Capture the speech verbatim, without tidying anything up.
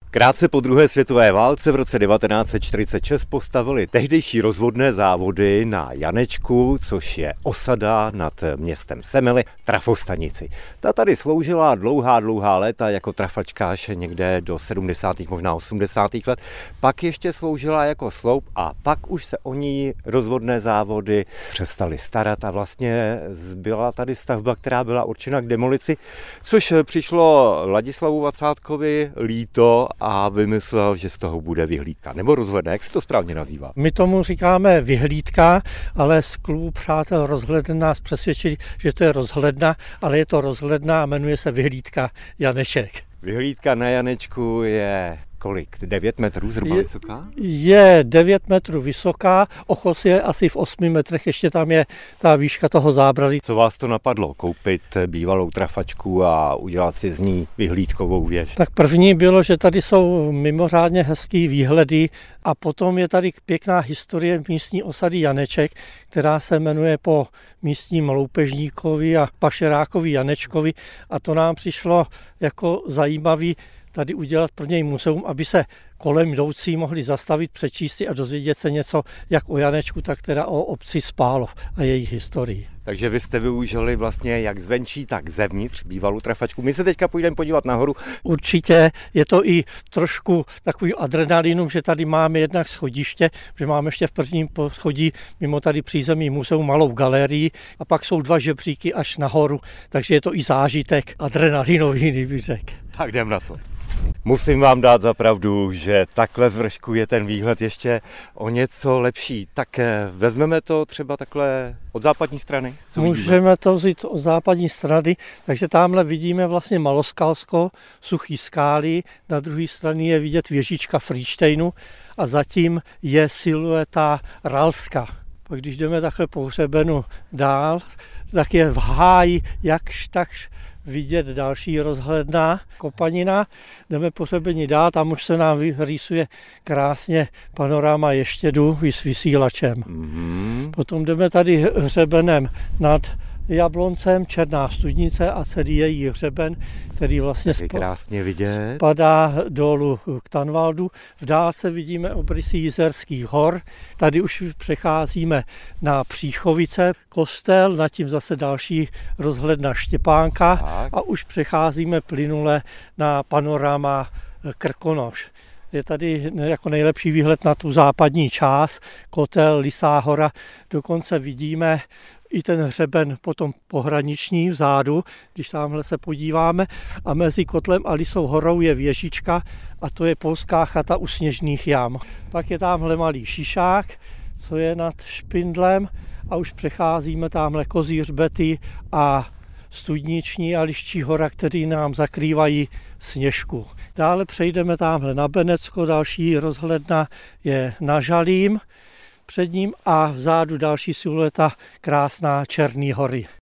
Krátce po druhé světové válce v roce devatenáct set čtyřicet šest postavili tehdejší rozvodné závody na Janečku, což je osada nad městem Semily, trafostanici. Ta tady sloužila dlouhá, dlouhá léta jako trafačka až někde do sedmdesátých, možná osmdesátých let. Pak ještě sloužila jako sloup a pak už se o ní rozvodné závody přestaly starat a vlastně zbyla tady stavba, která byla určena k demolici, což přišlo Ladislavu Vacátkovi líto a vymyslel, že z toho bude vyhlídka. Nebo rozhledna, jak se to správně nazývá? My tomu říkáme vyhlídka, ale z klubu přátel rozhledna nás přesvědčili, že to je rozhledna, ale je to rozhledna a jmenuje se vyhlídka Janeček. Vyhlídka na Janečku je kolik? devět metrů zhruba je, vysoká? Je devět metrů vysoká, ochos je asi v osmi metrech, ještě tam je ta výška toho zábradlí. Co vás to napadlo? Koupit bývalou trafačku a udělat si z ní vyhlídkovou věž? Tak první bylo, že tady jsou mimořádně hezký výhledy a potom je tady pěkná historie místní osady Janeček, která se jmenuje po místním loupežníkovi a pašerákovi Janečkovi a to nám přišlo jako zajímavý tady udělat pro něj muzeum, aby se kolem jdoucí mohli zastavit, přečíst si a dozvědět se něco jak o Janečku, tak teda o obci Spálov a jejich historii. Takže vy jste využili vlastně jak zvenčí, tak zevnitř bývalou trafačku. My se teďka půjdeme podívat nahoru. Určitě je to i trošku takový adrenalinum, že tady máme jednak schodiště, že máme ještě v prvním schodí mimo tady přízemí muzeum malou galerii a pak jsou dva žebříky až nahoru, takže je to i zážitek adrenalinový, kdyby řekl. Tak jdem na to. Musím vám dát za pravdu, že takhle z vršku je ten výhled ještě o něco lepší. Tak vezmeme to třeba takhle od západní strany? Co Můžeme vidíme? to vzít od západní strany, takže tamhle vidíme vlastně Maloskalsko, suchý skály, na druhé straně je vidět věžička Frýštejnu a zatím je silueta Ralska. Pak když jdeme takhle po hřebenu dál, tak je v háji jakž takž vidět další rozhledná kopanina. Jdeme po hřebeni dál, tam už se nám rýsuje krásně panoráma Ještědu s vysílačem. Mm-hmm. Potom jdeme tady hřebenem nad Jabloncem, Černá studnice a celý její hřeben, který vlastně krásně vidět. Spadá dolů k Tanvaldu. V dálce vidíme obrysy Jizerských hor. Tady už přecházíme na Příchovice, kostel, nad tím zase další rozhledna Štěpánka tak. A už přecházíme plynule na panoráma Krkonoš. Je tady jako nejlepší výhled na tu západní část, kotel, Lisá hora, dokonce vidíme i ten hřeben potom pohraniční vzadu, když tamhle se podíváme a mezi kotlem a Lisou horou je věžička a to je polská chata u Sněžných jam. Pak je tamhle malý Šišák, co je nad Špindlem a už přecházíme tamhle Kozí hřbety a Studniční a Liščí hora, který nám zakrývají Sněžku. Dále přejdeme tamhle na Benecko, další rozhledna je na Žalím před ním a vzadu další silueta krásná Černý hory.